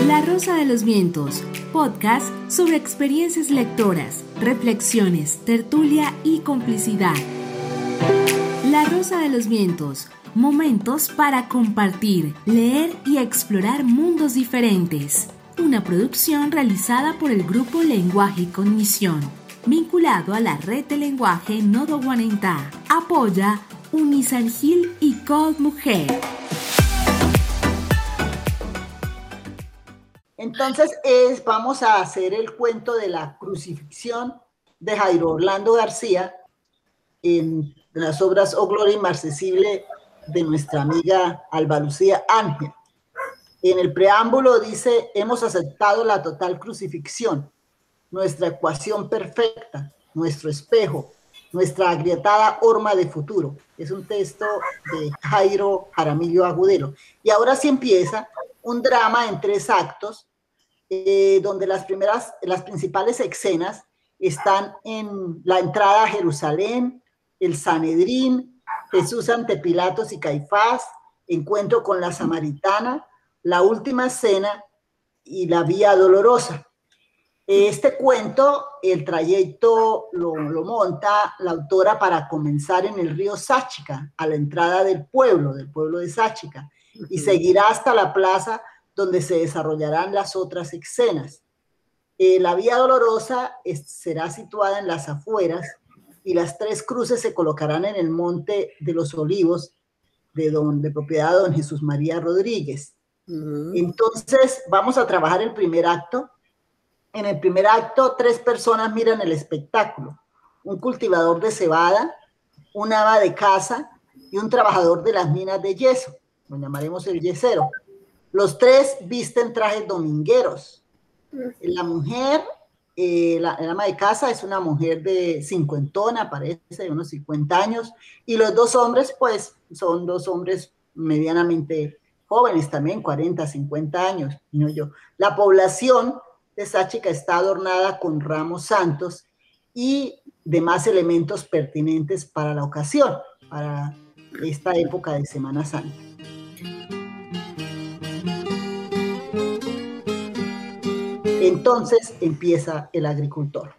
La Rosa de los Vientos, podcast sobre experiencias lectoras, reflexiones, tertulia y complicidad. La Rosa de los Vientos, momentos para compartir, leer y explorar mundos diferentes. Una producción realizada por el Grupo Lenguaje y Cognición, vinculado a la Red de Lenguaje Nodo Guanentá. Apoya Unisangil y Code Mujer. Entonces vamos a hacer el cuento de la crucifixión de Jairo Orlando García en las obras Oh Gloria Inmarcesible de nuestra amiga Alba Lucía Ángel. En el preámbulo dice: hemos aceptado la total crucifixión, nuestra ecuación perfecta, nuestro espejo, nuestra agrietada horma de futuro. Es un texto de Jairo Jaramillo Agudelo. Y ahora sí empieza un drama en 3 actos, donde las principales escenas están en la entrada a Jerusalén, el Sanedrín, Jesús ante Pilatos y Caifás, encuentro con la Samaritana, la última cena y la Vía Dolorosa. Este cuento, el trayecto lo monta la autora para comenzar en el río Sáchica, a la entrada del pueblo de Sáchica, y seguirá hasta la plaza donde se desarrollarán las otras escenas. La Vía Dolorosa será situada en las afueras y las 3 cruces se colocarán en el Monte de los Olivos de propiedad de don Jesús María Rodríguez. Entonces vamos a trabajar el primer acto. En el primer acto 3 personas miran el espectáculo: un cultivador de cebada, un ama de casa y un trabajador de las minas de yeso, lo llamaremos el yesero. Los 3 visten trajes domingueros. La mujer, la ama de casa, es una mujer de cincuentona, parece, de unos 50 años, y los 2 hombres, pues, son 2 hombres medianamente jóvenes también, 40, 50 años, no yo. La población de Sáchica está adornada con ramos santos y demás elementos pertinentes para la ocasión, para esta época de Semana Santa. Entonces empieza el agricultor.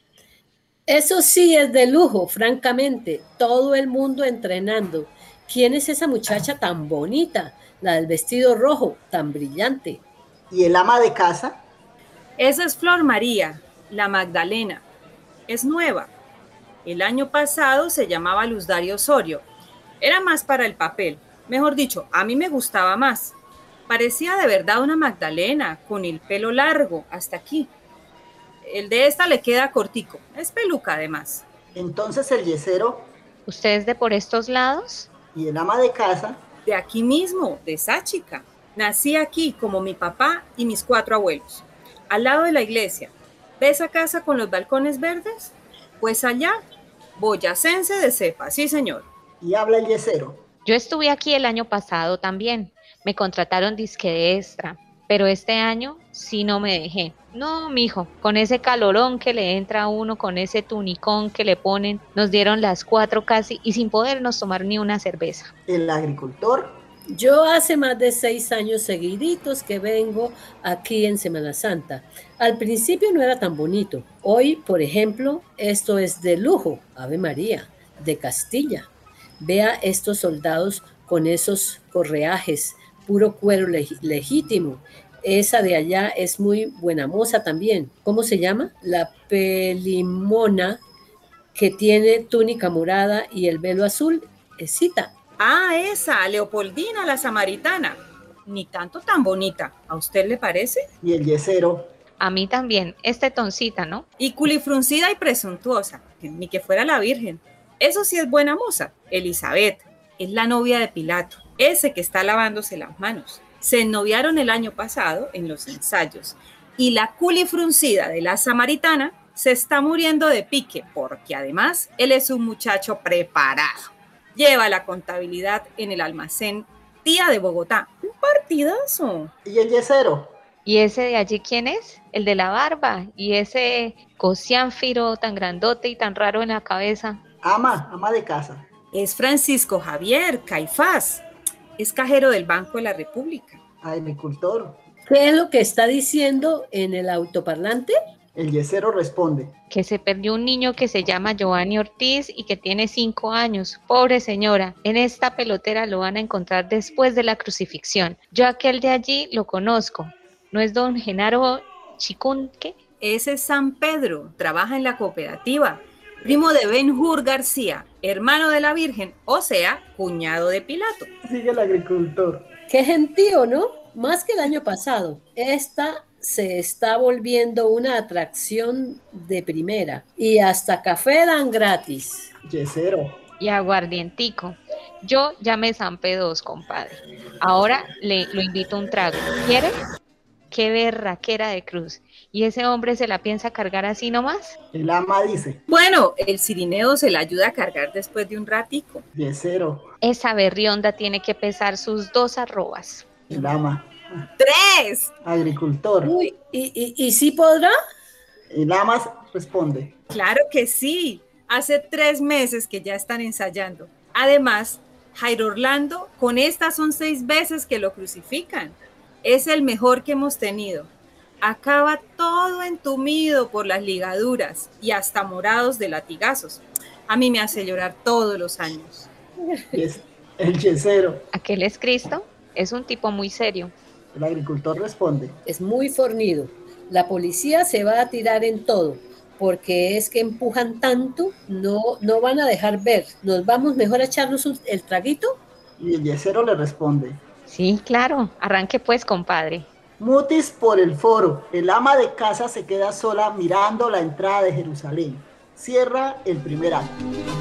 Eso sí es de lujo, francamente. Todo el mundo entrenando. ¿Quién es esa muchacha tan bonita? La del vestido rojo, tan brillante. ¿Y el ama de casa? Esa es Flor María, la Magdalena. Es nueva. El año pasado se llamaba Luz Dario Osorio. Era más para el papel. Mejor dicho, a mí me gustaba más. Parecía de verdad una Magdalena, con el pelo largo, hasta aquí. El de esta le queda cortico, es peluca además. Entonces el yesero. ¿Usted es de por estos lados? ¿Y el ama de casa? De aquí mismo, de Sáchica. Nací aquí como mi papá y mis 4 abuelos, al lado de la iglesia. ¿Ve esa casa con los balcones verdes? Pues allá, boyacense de cepa, sí señor. ¿Y habla el yesero? Yo estuve aquí el año pasado también. Me contrataron disque de extra, pero este año sí no me dejé. No, mijo, con ese calorón que le entra a uno, con ese tunicón que le ponen, nos dieron las 4 casi y sin podernos tomar ni una cerveza. ¿El agricultor? Yo hace más de 6 años seguiditos que vengo aquí en Semana Santa. Al principio no era tan bonito. Hoy, por ejemplo, esto es de lujo, Ave María, de Castilla. Vea estos soldados con esos correajes, puro cuero legítimo. Esa de allá es muy buena moza también. ¿Cómo se llama? La pelimona, que tiene túnica morada y el velo azul. Escita. Ah, esa, Leopoldina, la samaritana. Ni tanto tan bonita. ¿A usted le parece? ¿Y el yesero? A mí también, es tetoncita, ¿no? Y culifruncida y presuntuosa, ni que fuera la Virgen. Eso sí es buena moza. Elizabeth, es la novia de Pilato, ese que está lavándose las manos. Se ennoviaron el año pasado en los ensayos y la culifruncida de la samaritana se está muriendo de pique porque además él es un muchacho preparado. Lleva la contabilidad en el almacén Tía de Bogotá. Un partidazo. ¿Y el yesero? ¿Y ese de allí quién es? El de la barba y ese cociánfiro tan grandote y tan raro en la cabeza. Ama de casa. Es Francisco Javier Caifás. Es cajero del Banco de la República. Agricultor. ¿Qué es lo que está diciendo en el autoparlante? El yesero responde. Que se perdió un niño que se llama Giovanni Ortiz y que tiene 5 años. Pobre señora, en esta pelotera lo van a encontrar después de la crucifixión. Yo aquel de allí lo conozco. ¿No es don Genaro Chicunque? Ese es San Pedro, trabaja en la cooperativa. Primo de Ben-Hur García, hermano de la Virgen, o sea, cuñado de Pilato. Sigue el agricultor. Qué gentío, ¿no? Más que el año pasado. Esta se está volviendo una atracción de primera. Y hasta café dan gratis. Yesero. Y aguardientico. Yo ya me zampé 2, compadre. Ahora lo invito a un trago. ¿Quiere? Qué berraquera de cruz. ¿Y ese hombre se la piensa cargar así nomás? El ama dice. Bueno, el cirineo se la ayuda a cargar después de un ratico. Yesero. Esa berrionda tiene que pesar sus 2 arrobas. El ama. 3. Agricultor. Uy, ¿y sí podrá? El ama responde. Claro que sí. Hace 3 meses que ya están ensayando. Además, Jairo Orlando, con estas son 6 veces que lo crucifican. Es el mejor que hemos tenido. Acaba todo entumido por las ligaduras y hasta morados de latigazos. A mí me hace llorar todos los años. El yesero. Aquel es Cristo, es un tipo muy serio. El agricultor responde. Es muy fornido. La policía se va a tirar en todo, porque es que empujan tanto, no van a dejar ver. Nos vamos mejor a echarnos el traguito. Y el yesero le responde. Sí, claro, arranque pues, compadre. Mutis por el foro. El ama de casa se queda sola mirando la entrada de Jerusalén. Cierra el primer acto.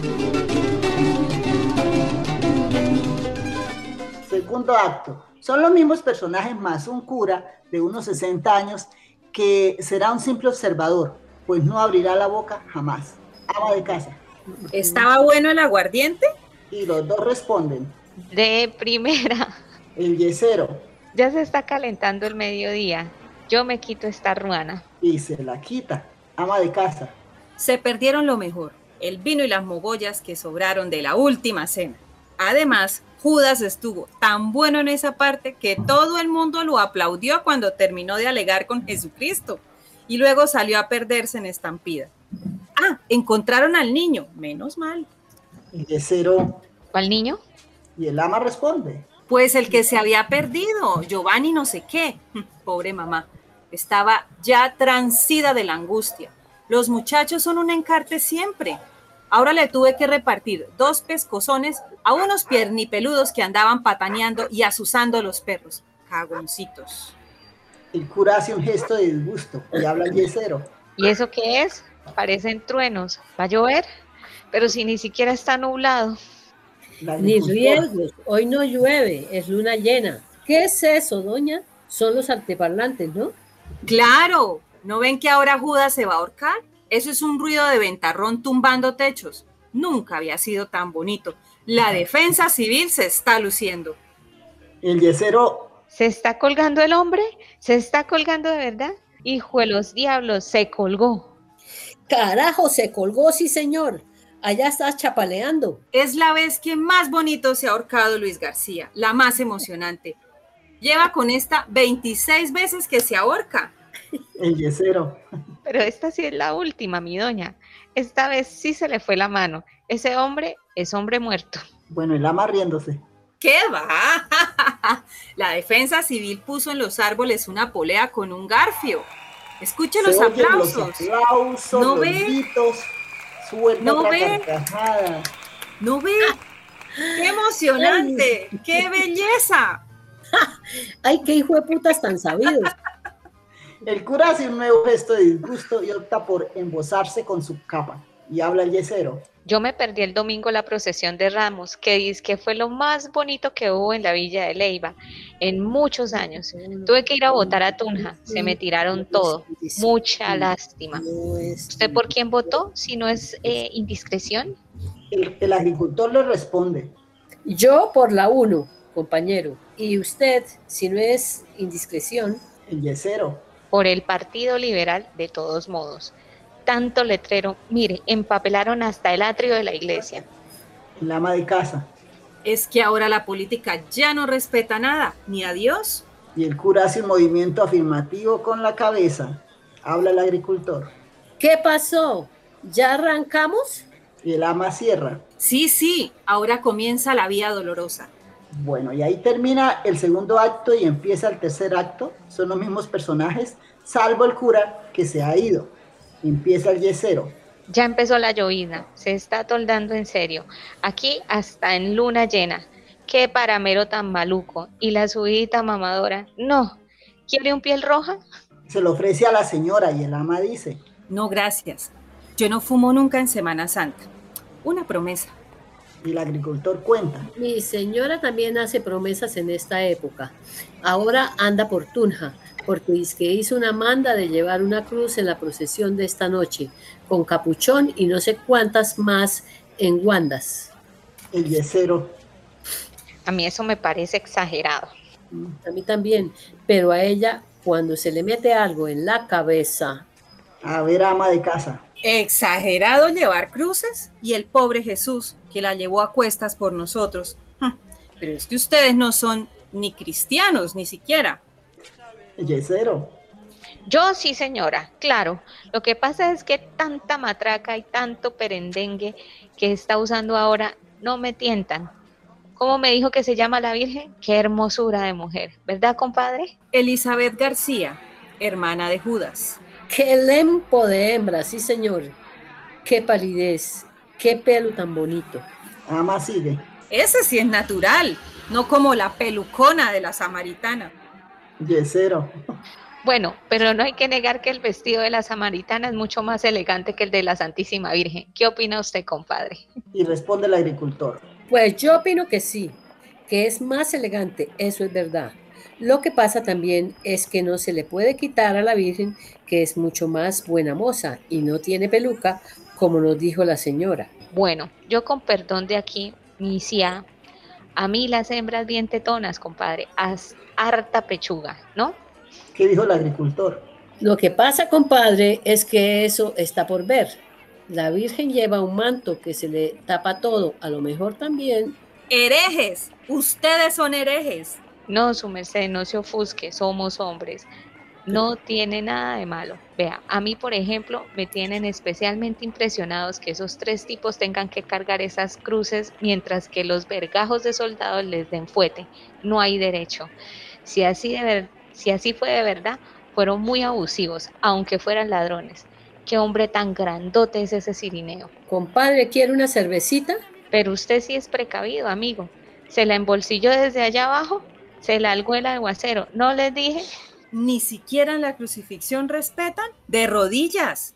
Segundo acto. Son los mismos personajes más un cura de unos 60 años que será un simple observador, pues no abrirá la boca jamás. Ama de casa. ¿Estaba bueno el aguardiente? Y los dos responden. De primera. El yesero. Ya se está calentando el mediodía. Yo me quito esta ruana. Y se la quita. Ama de casa. Se perdieron lo mejor, el vino y las mogollas que sobraron de la última cena. Además, Judas estuvo tan bueno en esa parte que todo el mundo lo aplaudió cuando terminó de alegar con Jesucristo y luego salió a perderse en estampida. Ah, encontraron al niño, menos mal. El yesero. ¿Cuál niño? Y el ama responde. Pues el que se había perdido, Giovanni no sé qué. Pobre mamá, estaba ya transida de la angustia. Los muchachos son un encarte siempre. Ahora le tuve que repartir 2 pescozones a unos piernipeludos que andaban pataneando y azuzando a los perros. Cagoncitos. El cura hace un gesto de disgusto y habla al yesero. ¿Y eso qué es? Parecen truenos. ¿Va a llover? Pero si ni siquiera está nublado. Ni riesgos, hoy no llueve, es luna llena. ¿Qué es eso, doña? Son los altoparlantes, ¿no? ¡Claro! ¿No ven que ahora Judas se va a ahorcar? Eso es un ruido de ventarrón tumbando techos. Nunca había sido tan bonito. La defensa civil se está luciendo. El yesero. ¿Se está colgando el hombre? ¿Se está colgando de verdad? Hijo de los diablos, se colgó. Carajo, se colgó, sí señor. Allá estás chapaleando. Es la vez que más bonito se ha ahorcado Luis García, la más emocionante. Lleva con esta 26 veces que se ahorca. El yesero. Pero esta sí es la última, mi doña. Esta vez sí se le fue la mano. Ese hombre es hombre muerto. Bueno, el ama riéndose. ¿Qué va? La defensa civil puso en los árboles una polea con un garfio. Escuche los aplausos. ¿No ve? ¿No ve? ¿No ve? ¡Qué emocionante! ¡Qué belleza! ¡Ay, qué hijo de putas tan sabidos! El cura hace un nuevo gesto de disgusto y opta por embozarse con su capa. Y habla el yesero. Yo me perdí el domingo la procesión de Ramos, que dice que fue lo más bonito que hubo en la villa de Leiva en muchos años. Tuve que ir a votar a Tunja, se me tiraron todo. Mucha lástima. ¿Usted por quién votó, si no es indiscreción? El agricultor le responde. Yo por la 1, compañero. Y usted, si no es indiscreción. El yesero. Por el Partido Liberal, de todos modos. Tanto letrero, mire, empapelaron hasta el atrio de la iglesia. El ama de casa. Es que ahora la política ya no respeta nada, ni a Dios Y el cura hace un movimiento afirmativo con la cabeza. Habla el agricultor. ¿Qué pasó? ¿Ya arrancamos? Y el ama cierra. Sí, ahora comienza la vía dolorosa. Bueno, y ahí termina el segundo acto y empieza el tercer acto. Son los mismos personajes, salvo el cura que se ha ido. Empieza el yesero. Ya empezó la llovizna, se está toldando en serio. Aquí hasta en luna llena. Qué paramero tan maluco. Y la subidita mamadora. No, ¿quiere un piel roja? Se lo ofrece a la señora y el ama dice. No, gracias. Yo no fumo nunca en Semana Santa. Una promesa. Y el agricultor cuenta. Mi señora también hace promesas en esta época. Ahora anda por Tunja, porque dice que hizo una manda de llevar una cruz en la procesión de esta noche, con capuchón y no sé cuántas más en guandas. El yesero. A mí eso me parece exagerado. A mí también, pero a ella, cuando se le mete algo en la cabeza. A ver, ama de casa. Exagerado llevar cruces y el pobre Jesús que la llevó a cuestas por nosotros. Pero es que ustedes no son ni cristianos, ni siquiera. El yesero. Yo sí, señora, claro. Lo que pasa es que tanta matraca y tanto perendengue que está usando ahora no me tientan. ¿Cómo me dijo que se llama la Virgen? Qué hermosura de mujer, ¿verdad, compadre? Elizabeth García, hermana de Judas. ¡Qué lempo de hembra, sí señor! ¡Qué palidez! ¡Qué pelo tan bonito! Ama sigue. Ese sí es natural, no como la pelucona de la samaritana. Yesero. Bueno, pero no hay que negar que el vestido de la samaritana es mucho más elegante que el de la Santísima Virgen. ¿Qué opina usted, compadre? Y responde el agricultor. Pues yo opino que sí, que es más elegante, eso es verdad. Lo que pasa también es que no se le puede quitar a la Virgen, que es mucho más buena moza y no tiene peluca, como nos dijo la señora. Bueno, yo con perdón de aquí, mi cia, a mí las hembras bien tetonas, compadre, harta pechuga, ¿no? ¿Qué dijo el agricultor? Lo que pasa, compadre, es que eso está por ver. La Virgen lleva un manto que se le tapa todo, a lo mejor también. ¡Herejes! ¡Ustedes son herejes! No, su merced, no se ofusque, somos hombres. No tiene nada de malo. Vea, a mí, por ejemplo, me tienen especialmente impresionados que esos 3 tipos tengan que cargar esas cruces mientras que los vergajos de soldados les den fuete. No hay derecho. Si así fue de verdad, fueron muy abusivos, aunque fueran ladrones. Qué hombre tan grandote es ese Cirineo. Compadre, ¿quiere una cervecita? Pero usted sí es precavido, amigo. Se la embolsilló desde allá abajo, se la algó el aguacero. ¿No les dije? Ni siquiera en la crucifixión respetan. ¡De rodillas!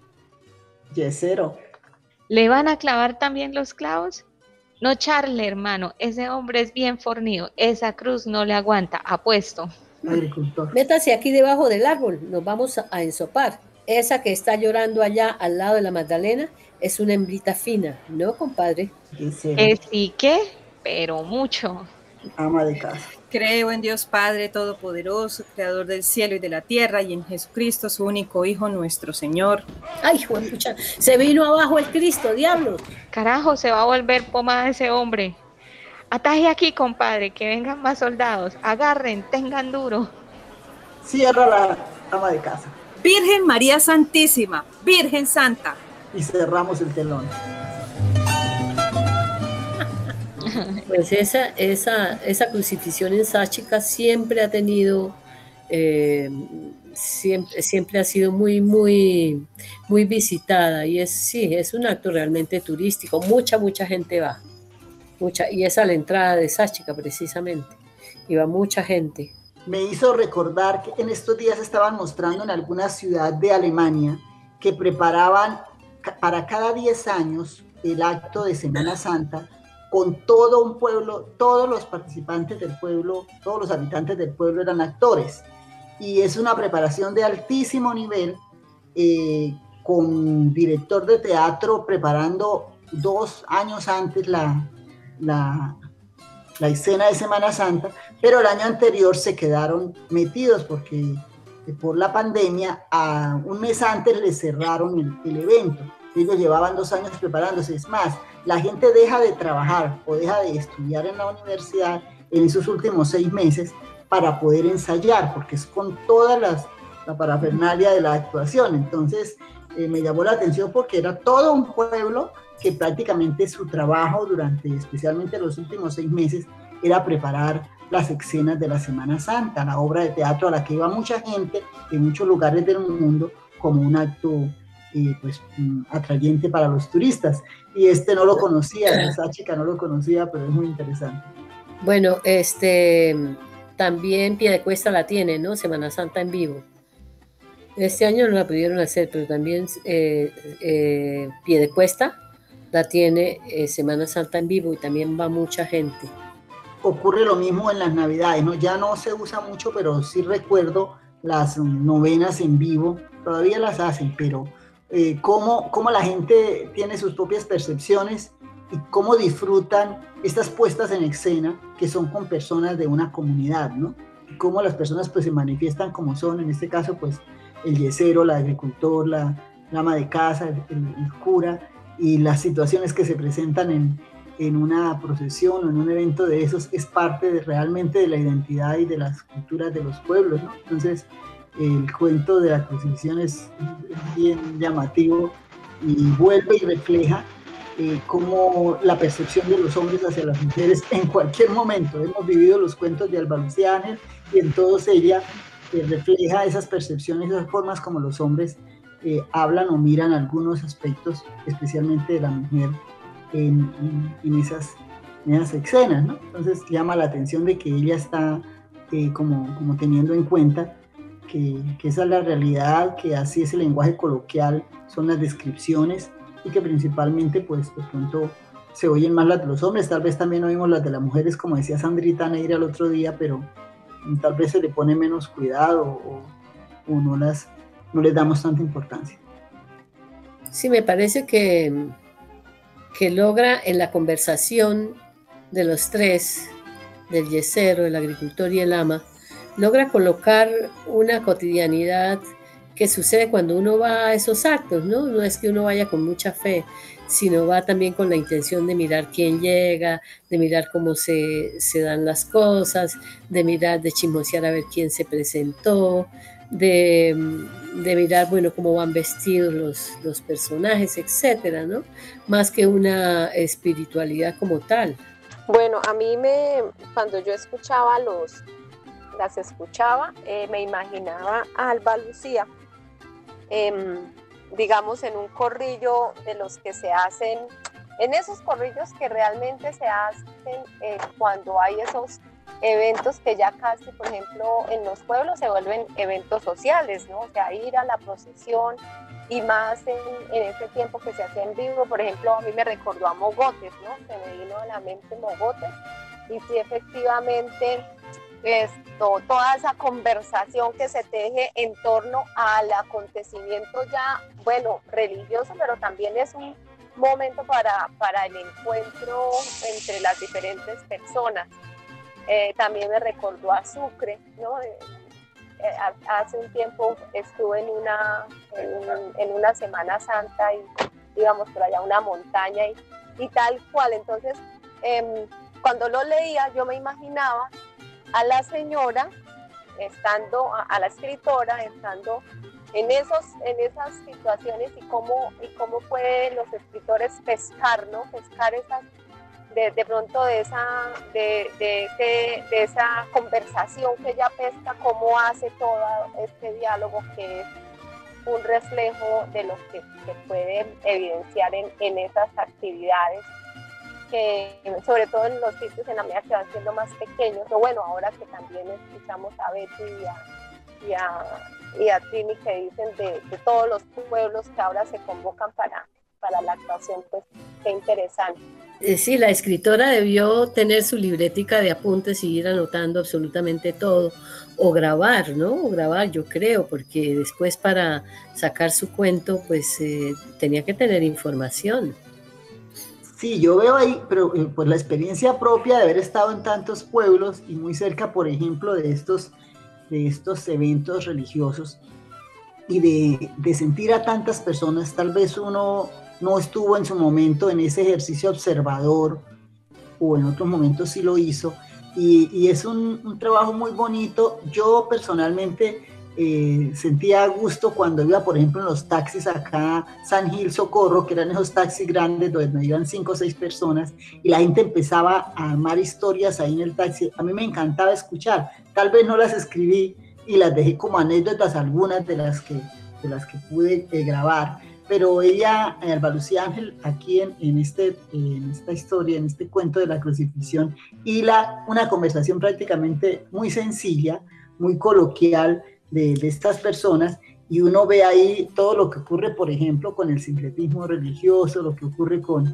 Yesero. ¿Le van a clavar también los clavos? No charle, hermano. Ese hombre es bien fornido. Esa cruz no le aguanta, apuesto. Agricultor. Métase aquí debajo del árbol, nos vamos a ensopar. Esa que está llorando allá al lado de la Magdalena es una hembrita fina, ¿no, compadre? Yesero. Sí que, pero mucho. Ama de casa. Creo en Dios Padre Todopoderoso, Creador del cielo y de la tierra, y en Jesucristo, su único Hijo, nuestro Señor. ¡Ay, juepucha! Se vino abajo el Cristo, diablo. Carajo, se va a volver pomada ese hombre. Ataje aquí, compadre, que vengan más soldados. Agarren, tengan duro. Cierra la ama de casa. Virgen María Santísima, Virgen Santa. Y cerramos el telón. Pues esa crucifixión en Sáchica siempre ha tenido, siempre ha sido muy, muy, muy visitada y es un acto realmente turístico. Mucha gente va. Y es a la entrada de Sáchica precisamente. Y va mucha gente. Me hizo recordar que en estos días estaban mostrando en alguna ciudad de Alemania que preparaban para cada 10 años el acto de Semana Santa con todo un pueblo, todos los participantes del pueblo, todos los habitantes del pueblo eran actores. Y es una preparación de altísimo nivel, con director de teatro preparando 2 años antes la escena de Semana Santa, pero el año anterior se quedaron metidos porque por la pandemia a un mes antes les cerraron el evento. Ellos llevaban 2 años preparándose. Es más, la gente deja de trabajar o deja de estudiar en la universidad en esos últimos 6 meses para poder ensayar, porque es con toda la parafernalia de la actuación. Entonces me llamó la atención porque era todo un pueblo que prácticamente su trabajo durante especialmente los últimos 6 meses era preparar las escenas de la Semana Santa, la obra de teatro a la que iba mucha gente de muchos lugares del mundo como un acto pues, atrayente para los turistas. Y no lo conocía, esa chica no lo conocía, pero es muy interesante. Bueno, también Piedecuesta la tiene, ¿no? Semana Santa en vivo. Este año no la pudieron hacer, pero también Piedecuesta la tiene Semana Santa en vivo y también va mucha gente. Ocurre lo mismo en las Navidades, ¿no? Ya no se usa mucho, pero sí recuerdo las novenas en vivo, todavía las hacen, pero cómo la gente tiene sus propias percepciones y cómo disfrutan estas puestas en escena que son con personas de una comunidad, ¿no? Y cómo las personas pues se manifiestan como son, en este caso pues el yesero, el agricultor, la ama de casa, el cura, y las situaciones que se presentan en una procesión o en un evento de esos es parte realmente de la identidad y de las culturas de los pueblos, ¿no? Entonces el cuento de la crucifixión es bien llamativo y vuelve y refleja cómo la percepción de los hombres hacia las mujeres en cualquier momento. Hemos vivido los cuentos de Alba Lucía y en todos ella refleja esas percepciones, esas formas como los hombres hablan o miran algunos aspectos, especialmente de la mujer, en esas escenas, ¿no? Entonces llama la atención de que ella está como teniendo en cuenta que esa es la realidad, que así es el lenguaje coloquial, son las descripciones, y que principalmente pues de pronto se oyen más las de los hombres, tal vez también oímos las de las mujeres, como decía Sandrita Neira el otro día, pero tal vez se le pone menos cuidado o no les damos tanta importancia. Sí, me parece que logra en la conversación de los tres, del yesero, el agricultor y el ama, logra colocar una cotidianidad que sucede cuando uno va a esos actos, ¿no? No es que uno vaya con mucha fe, sino va también con la intención de mirar quién llega, de mirar cómo se dan las cosas, de mirar, de chismosear a ver quién se presentó, de mirar, bueno, cómo van vestidos los personajes, etcétera, ¿no? Más que una espiritualidad como tal. Bueno, a mí cuando yo escuchaba las escuchaba, me imaginaba a Alba Lucía, digamos, en un corrillo de los que se hacen, en esos corrillos que realmente se hacen cuando hay esos eventos que ya casi, por ejemplo, en los pueblos se vuelven eventos sociales, ¿no? O sea, ir a la procesión, y más en ese tiempo que se hacía en vivo. Por ejemplo, a mí me recordó a Mogotes, ¿no? Se me vino a la mente Mogotes, y sí, efectivamente, toda esa conversación que se teje en torno al acontecimiento ya, bueno, religioso, pero también es un momento para el encuentro entre las diferentes personas. También me recordó a Sucre, ¿no? Hace un tiempo estuve en una Semana Santa y íbamos por allá a una montaña y tal cual. Entonces, cuando lo leía, yo me imaginaba a la señora estando, a la escritora estando en esas situaciones, y cómo pueden los escritores pescar, ¿no? Pescar esas de pronto de esa conversación que ella pesca, cómo hace todo este diálogo que es un reflejo de lo que se puede evidenciar en esas actividades, que sobre todo en los sitios en la medida que van siendo más pequeños, o bueno, ahora que también escuchamos a Betty y a Trini que dicen de todos los pueblos que ahora se convocan para la actuación, pues qué interesante. Sí, la escritora debió tener su libretica de apuntes y ir anotando absolutamente todo, o grabar, ¿no? O grabar, yo creo, porque después para sacar su cuento, pues tenía que tener información. Sí, yo veo ahí, pero por la experiencia propia de haber estado en tantos pueblos y muy cerca, por ejemplo, de estos eventos religiosos, y de sentir a tantas personas, tal vez uno no estuvo en su momento en ese ejercicio observador, o en otros momentos sí lo hizo, y es un trabajo muy bonito. Yo personalmente sentía gusto cuando iba, por ejemplo, en los taxis acá, San Gil, Socorro, que eran esos taxis grandes donde iban 5 o 6 personas, y la gente empezaba a armar historias ahí en el taxi. A mí me encantaba escuchar, tal vez no las escribí y las dejé como anécdotas, algunas de las que pude grabar, pero ella, Alba Lucía Ángel, aquí en esta historia, en este cuento de la crucifixión, hila una conversación prácticamente muy sencilla, muy coloquial de estas personas, y uno ve ahí todo lo que ocurre, por ejemplo, con el sincretismo religioso, lo que ocurre con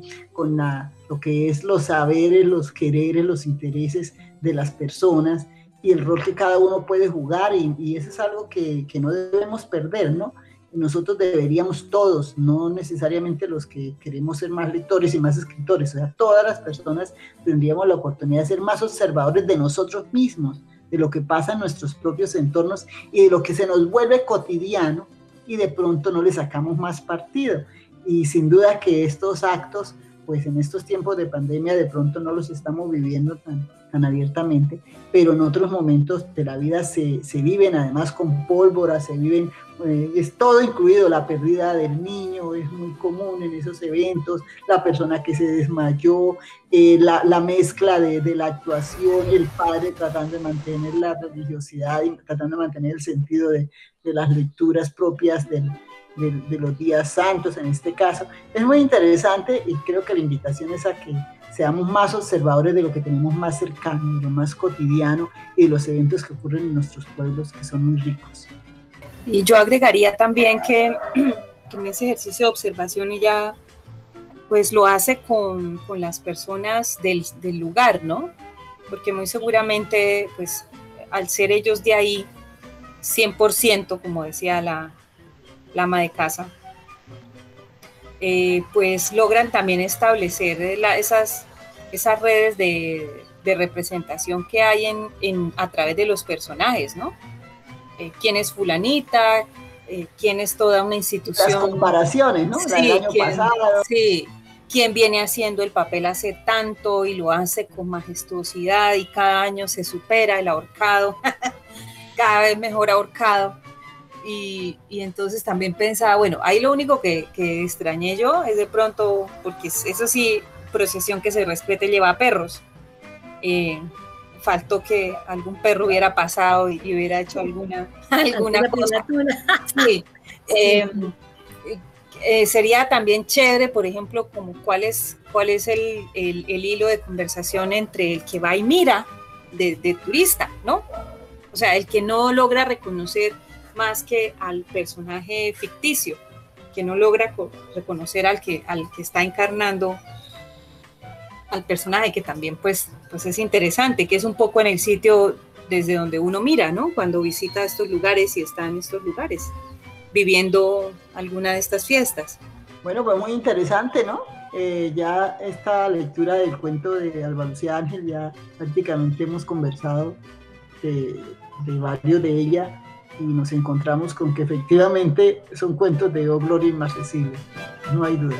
lo que es los saberes, los quereres, los intereses de las personas, y el rol que cada uno puede jugar, y eso es algo que no debemos perder, ¿no? Nosotros deberíamos todos, no necesariamente los que queremos ser más lectores y más escritores, o sea, todas las personas tendríamos la oportunidad de ser más observadores de nosotros mismos, de lo que pasa en nuestros propios entornos y de lo que se nos vuelve cotidiano y de pronto no le sacamos más partido. Y sin duda que estos actos, pues en estos tiempos de pandemia de pronto no los estamos viviendo tan abiertamente, pero en otros momentos de la vida se viven además con pólvora, se viven, es todo incluido, la pérdida del niño es muy común en esos eventos, la persona que se desmayó, la mezcla de la actuación, el padre tratando de mantener la religiosidad y tratando de mantener el sentido de las lecturas propias de los días santos en este caso. Es muy interesante y creo que la invitación es a que seamos más observadores de lo que tenemos más cercano, de lo más cotidiano y de los eventos que ocurren en nuestros pueblos, que son muy ricos. Y yo agregaría también que en ese ejercicio de observación ella pues lo hace con las personas del lugar, ¿no? Porque muy seguramente pues al ser ellos de ahí 100%, como decía la ama de casa, pues logran también establecer esas redes de representación que hay a través de los personajes, ¿no? ¿Quién es fulanita? ¿Quién es toda una institución? Las comparaciones, ¿no? Sí, del año pasado. Sí, quién viene haciendo el papel hace tanto y lo hace con majestuosidad y cada año se supera el ahorcado, cada vez mejor ahorcado. Y entonces también pensaba, bueno, ahí lo único que extrañé yo es de pronto, porque eso sí, procesión que se respete lleva a perros. Faltó que algún perro hubiera pasado y hubiera hecho alguna cosa. Sí. Sería también chévere, por ejemplo, como cuál es el hilo de conversación entre el que va y mira de turista, ¿no? O sea, el que no logra reconocer más que al personaje ficticio, que no logra reconocer al que está encarnando al personaje, que también pues es interesante, que es un poco en el sitio desde donde uno mira, ¿no? Cuando visita estos lugares y está en estos lugares, viviendo alguna de estas fiestas. Bueno, pues muy interesante, ¿no? Ya esta lectura del cuento de Alba Lucía Ángel, ya prácticamente hemos conversado de varios de ella y nos encontramos con que efectivamente son cuentos de Oh Gloria Inmarcesible, no hay duda.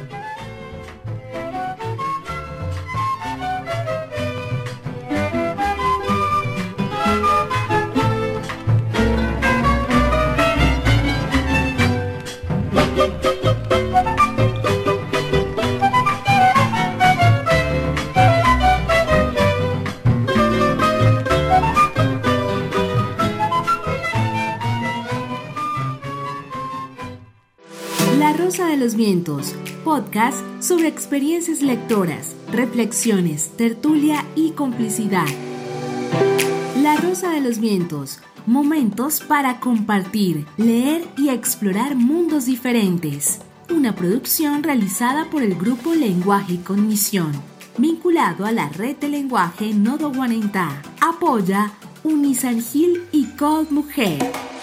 La Rosa de los Vientos, podcast sobre experiencias lectoras, reflexiones, tertulia y complicidad. La Rosa de los Vientos, momentos para compartir, leer y explorar mundos diferentes. Una producción realizada por el Grupo Lenguaje y Cognición, vinculado a la Red de Lenguaje Nodo Guanentá. Apoya Unisangil y Cod Mujer.